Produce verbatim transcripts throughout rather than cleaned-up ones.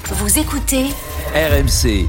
Vous écoutez R M C.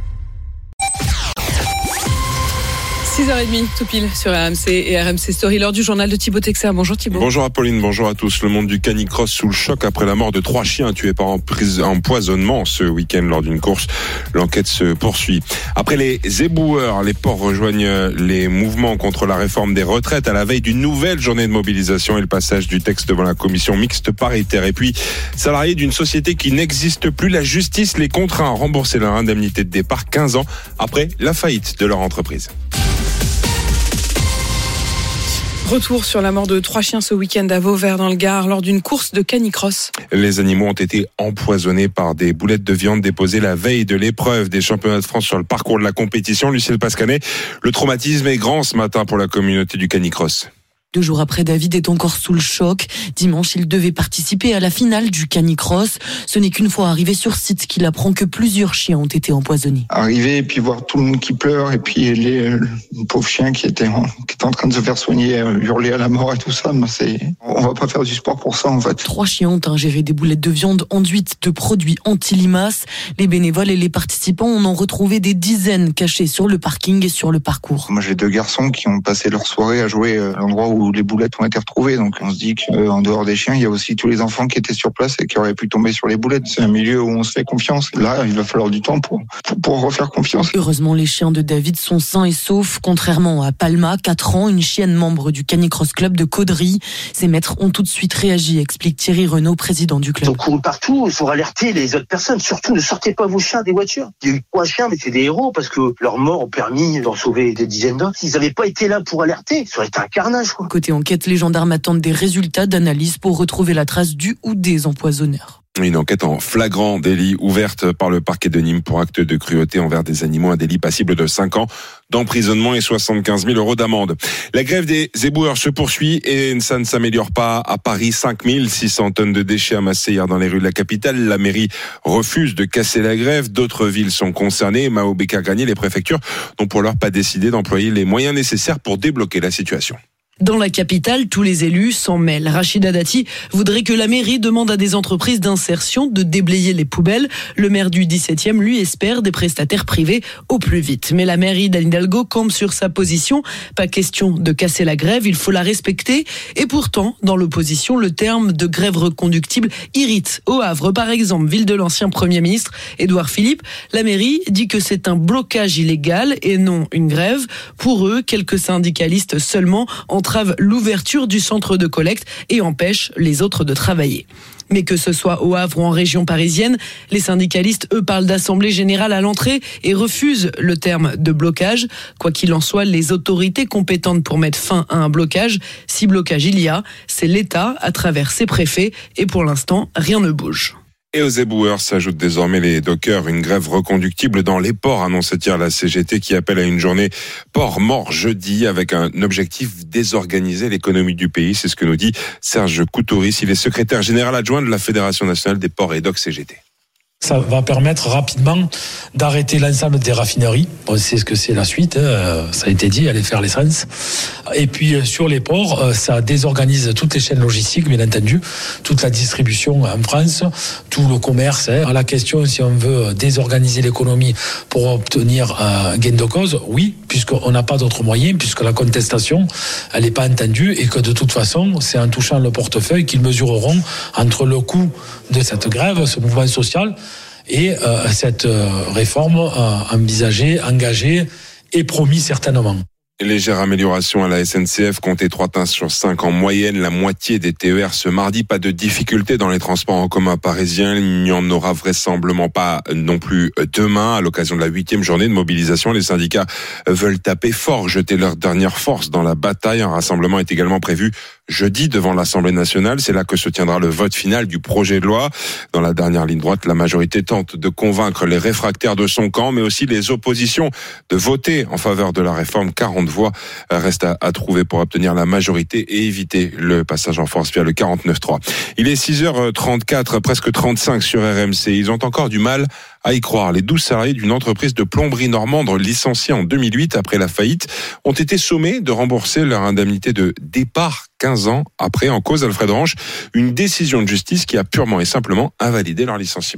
six heures trente, tout pile sur R M C et R M C Story, l'heure du journal de Thibaut Texer. Bonjour Thibaut. Bonjour Apolline, bonjour à tous. Le monde du canicross sous le choc après la mort de trois chiens tués par empoisonnement ce week-end lors d'une course. L'enquête se poursuit. Après les éboueurs, les ports rejoignent les mouvements contre la réforme des retraites à la veille d'une nouvelle journée de mobilisation et le passage du texte devant la commission mixte paritaire. Et puis, salariés d'une société qui n'existe plus, la justice les contraint à rembourser leur indemnité de départ quinze ans après la faillite de leur entreprise. Retour sur la mort de trois chiens ce week-end à Vauvert dans le Gard lors d'une course de canicross. Les animaux ont été empoisonnés par des boulettes de viande déposées la veille de l'épreuve des championnats de France sur le parcours de la compétition. Lucille Pascanet, le traumatisme est grand ce matin pour la communauté du canicross. Deux jours après, David est encore sous le choc. Dimanche, il devait participer à la finale du canicross. Ce n'est qu'une fois arrivé sur site qu'il apprend que plusieurs chiens ont été empoisonnés. Arriver et puis voir tout le monde qui pleure et puis les, les pauvres chiens qui étaient, en, qui étaient en train de se faire soigner, hurler à la mort et tout ça, ben c'est, on va pas faire du sport pour ça en fait. Trois chiens ont ingéré des boulettes de viande enduites de produits anti-limaces. Les bénévoles et les participants en ont retrouvé des dizaines cachés sur le parking et sur le parcours. Moi j'ai deux garçons qui ont passé leur soirée à jouer à l'endroit où où les boulettes ont été retrouvées. Donc on se dit qu'en dehors des chiens, il y a aussi tous les enfants qui étaient sur place et qui auraient pu tomber sur les boulettes. C'est un milieu où on se fait confiance. Là, il va falloir du temps pour, pour, pour refaire confiance. Heureusement, les chiens de David sont sains et saufs, contrairement à Palma, quatre ans, une chienne membre du Canicross Club de Caudry. Ses maîtres ont tout de suite réagi, explique Thierry Renaud, président du club. Ils ont couru partout, il faut alerter les autres personnes. Surtout, ne sortez pas vos chiens des voitures. Il y a eu trois chiens, mais c'est des héros parce que leurs morts ont permis d'en sauver des dizaines d'autres. S'ils n'avaient pas été là pour alerter, ça aurait été un carnage, quoi. Côté enquête, les gendarmes attendent des résultats d'analyse pour retrouver la trace du ou des empoisonneurs. Une enquête en flagrant délit ouverte par le parquet de Nîmes pour acte de cruauté envers des animaux, un délit passible de cinq ans d'emprisonnement et soixante-quinze mille euros d'amende. La grève des éboueurs se poursuit et ça ne s'améliore pas à Paris. cinq mille six cents tonnes de déchets amassés hier dans les rues de la capitale. La mairie refuse de casser la grève. D'autres villes sont concernées. Mao Bécard-Granier, les préfectures n'ont pour l'heure pas décidé d'employer les moyens nécessaires pour débloquer la situation. Dans la capitale, tous les élus s'en mêlent. Rachida Dati voudrait que la mairie demande à des entreprises d'insertion de déblayer les poubelles. Le maire du dix-septième, lui, espère des prestataires privés au plus vite. Mais la mairie d'Anne Hidalgo campe sur sa position. Pas question de casser la grève, il faut la respecter. Et pourtant, dans l'opposition, le terme de grève reconductible irrite. Au Havre, par exemple, ville de l'ancien Premier ministre Édouard Philippe, la mairie dit que c'est un blocage illégal et non une grève. Pour eux, quelques syndicalistes seulement entravent l'ouverture du centre de collecte et empêchent les autres de travailler. Mais que ce soit au Havre ou en région parisienne, les syndicalistes, eux, parlent d'assemblée générale à l'entrée et refusent le terme de blocage. Quoi qu'il en soit, les autorités compétentes pour mettre fin à un blocage, si blocage il y a, c'est l'État à travers ses préfets et pour l'instant, rien ne bouge. Et aux éboueurs s'ajoutent désormais les dockers. Une grève reconductible dans les ports, annonce hier la C G T qui appelle à une journée port mort jeudi avec un objectif désorganiser l'économie du pays. C'est ce que nous dit Serge Coutouris. Il est secrétaire général adjoint de la Fédération nationale des ports et docks C G T. Ça va permettre rapidement d'arrêter l'ensemble des raffineries. On sait ce que c'est la suite, hein. Ça a été dit, aller faire l'essence. Et puis sur les ports, ça désorganise toutes les chaînes logistiques, bien entendu, toute la distribution en France, tout le commerce. Hein. La question, si on veut désorganiser l'économie pour obtenir un gain de cause, oui, puisqu'on n'a pas d'autre moyen, puisque la contestation, elle n'est pas entendue et que de toute façon, c'est en touchant le portefeuille qu'ils mesureront entre le coût de cette grève, ce mouvement social, et euh, cette euh, réforme euh, envisagée, engagée et promise certainement. Légère amélioration à la S N C F, comptez trois trains sur cinq en moyenne, la moitié des T E R ce mardi. Pas de difficultés dans les transports en commun parisiens. Il n'y en aura vraisemblablement pas non plus demain. À l'occasion de la huitième journée de mobilisation, les syndicats veulent taper fort, jeter leur dernière force dans la bataille. Un rassemblement est également prévu jeudi devant l'Assemblée nationale. C'est là que se tiendra le vote final du projet de loi. Dans la dernière ligne droite, la majorité tente de convaincre les réfractaires de son camp, mais aussi les oppositions de voter en faveur de la réforme. quarante voix restent à, à trouver pour obtenir la majorité et éviter le passage en force via le quarante-neuf trois. Il est six heures trente-quatre, presque trente-cinq sur R M C. Ils ont encore du mal à y croire. Les douze salariés d'une entreprise de plomberie normande licenciés en deux mille huit après la faillite ont été sommés de rembourser leur indemnité de départ quinze ans après. En cause, Alfred Ranche, une décision de justice qui a purement et simplement invalidé leur licenciement.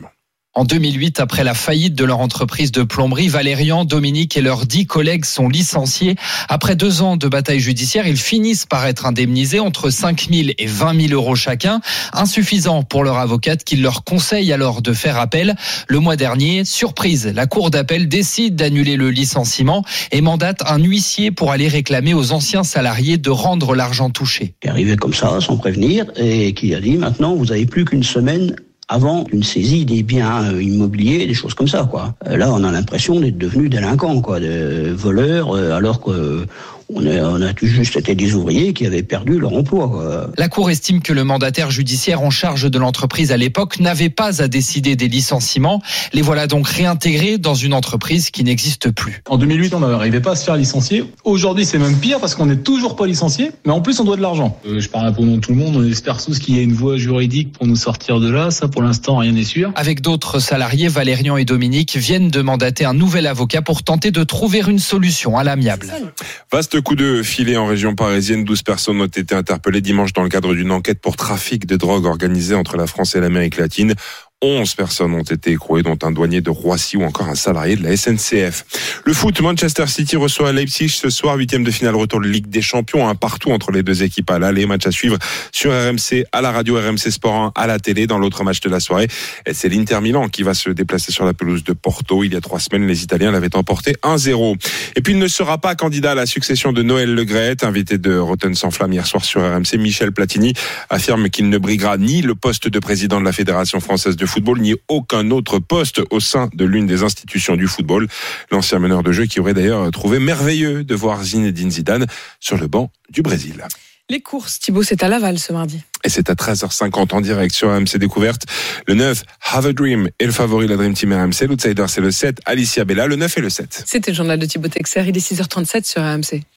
En deux mille huit, après la faillite de leur entreprise de plomberie, Valérian, Dominique et leurs dix collègues sont licenciés. Après deux ans de bataille judiciaire, ils finissent par être indemnisés entre cinq mille et vingt mille euros chacun, insuffisant pour leur avocate qui leur conseille alors de faire appel. Le mois dernier, surprise, la cour d'appel décide d'annuler le licenciement et mandate un huissier pour aller réclamer aux anciens salariés de rendre l'argent touché. Il est arrivé comme ça, sans prévenir, et qui a dit maintenant vous n'avez plus qu'une semaine avant une saisie des biens immobiliers, des choses comme ça, quoi. Là, on a l'impression d'être devenus délinquants, quoi, de voleurs, alors que on a, on a juste été des ouvriers qui avaient perdu leur emploi, quoi. La Cour estime que le mandataire judiciaire en charge de l'entreprise à l'époque n'avait pas à décider des licenciements. Les voilà donc réintégrés dans une entreprise qui n'existe plus. En deux mille huit, on n'arrivait pas à se faire licencier. Aujourd'hui, c'est même pire parce qu'on n'est toujours pas licencié, mais en plus, on doit de l'argent. Euh, je parle pour nom de tout le monde. On espère tous qu'il y ait une voie juridique pour nous sortir de là. Ça, pour l'instant, rien n'est sûr. Avec d'autres salariés, Valérian et Dominique viennent de mandater un nouvel avocat pour tenter de trouver une solution à l'amiable. Vaste coup de filet en région parisienne. douze personnes ont été interpellées dimanche dans le cadre d'une enquête pour trafic de drogue organisée entre la France et l'Amérique latine. onze personnes ont été écrouées, dont un douanier de Roissy ou encore un salarié de la S N C F. Le foot, Manchester City reçoit Leipzig ce soir, huitième de finale retour de Ligue des Champions, un partout entre les deux équipes à l'aller. Match à suivre sur R M C, à la radio, R M C Sport un, à la télé. Dans l'autre match de la soirée, c'est l'Inter Milan qui va se déplacer sur la pelouse de Porto. Il y a trois semaines, les Italiens l'avaient emporté un zéro. Et puis il ne sera pas candidat à la succession de Noël Le Graët, invité de Rotten sans flamme hier soir sur R M C. Michel Platini affirme qu'il ne briguera ni le poste de président de la Fédération française de football, ni aucun autre poste au sein de l'une des institutions du football. L'ancien meneur de jeu qui aurait d'ailleurs trouvé merveilleux de voir Zinedine Zidane sur le banc du Brésil. Les courses, Thibaut, c'est à Laval ce mardi. Et c'est à treize heures cinquante en direct sur R M C Découverte. Le neuf, Have a Dream, et le favori, la Dream Team R M C. L'outsider, c'est le sept, Alicia Bella, le neuf et le sept. C'était le journal de Thibaut Texer, il est six heures trente-sept sur R M C.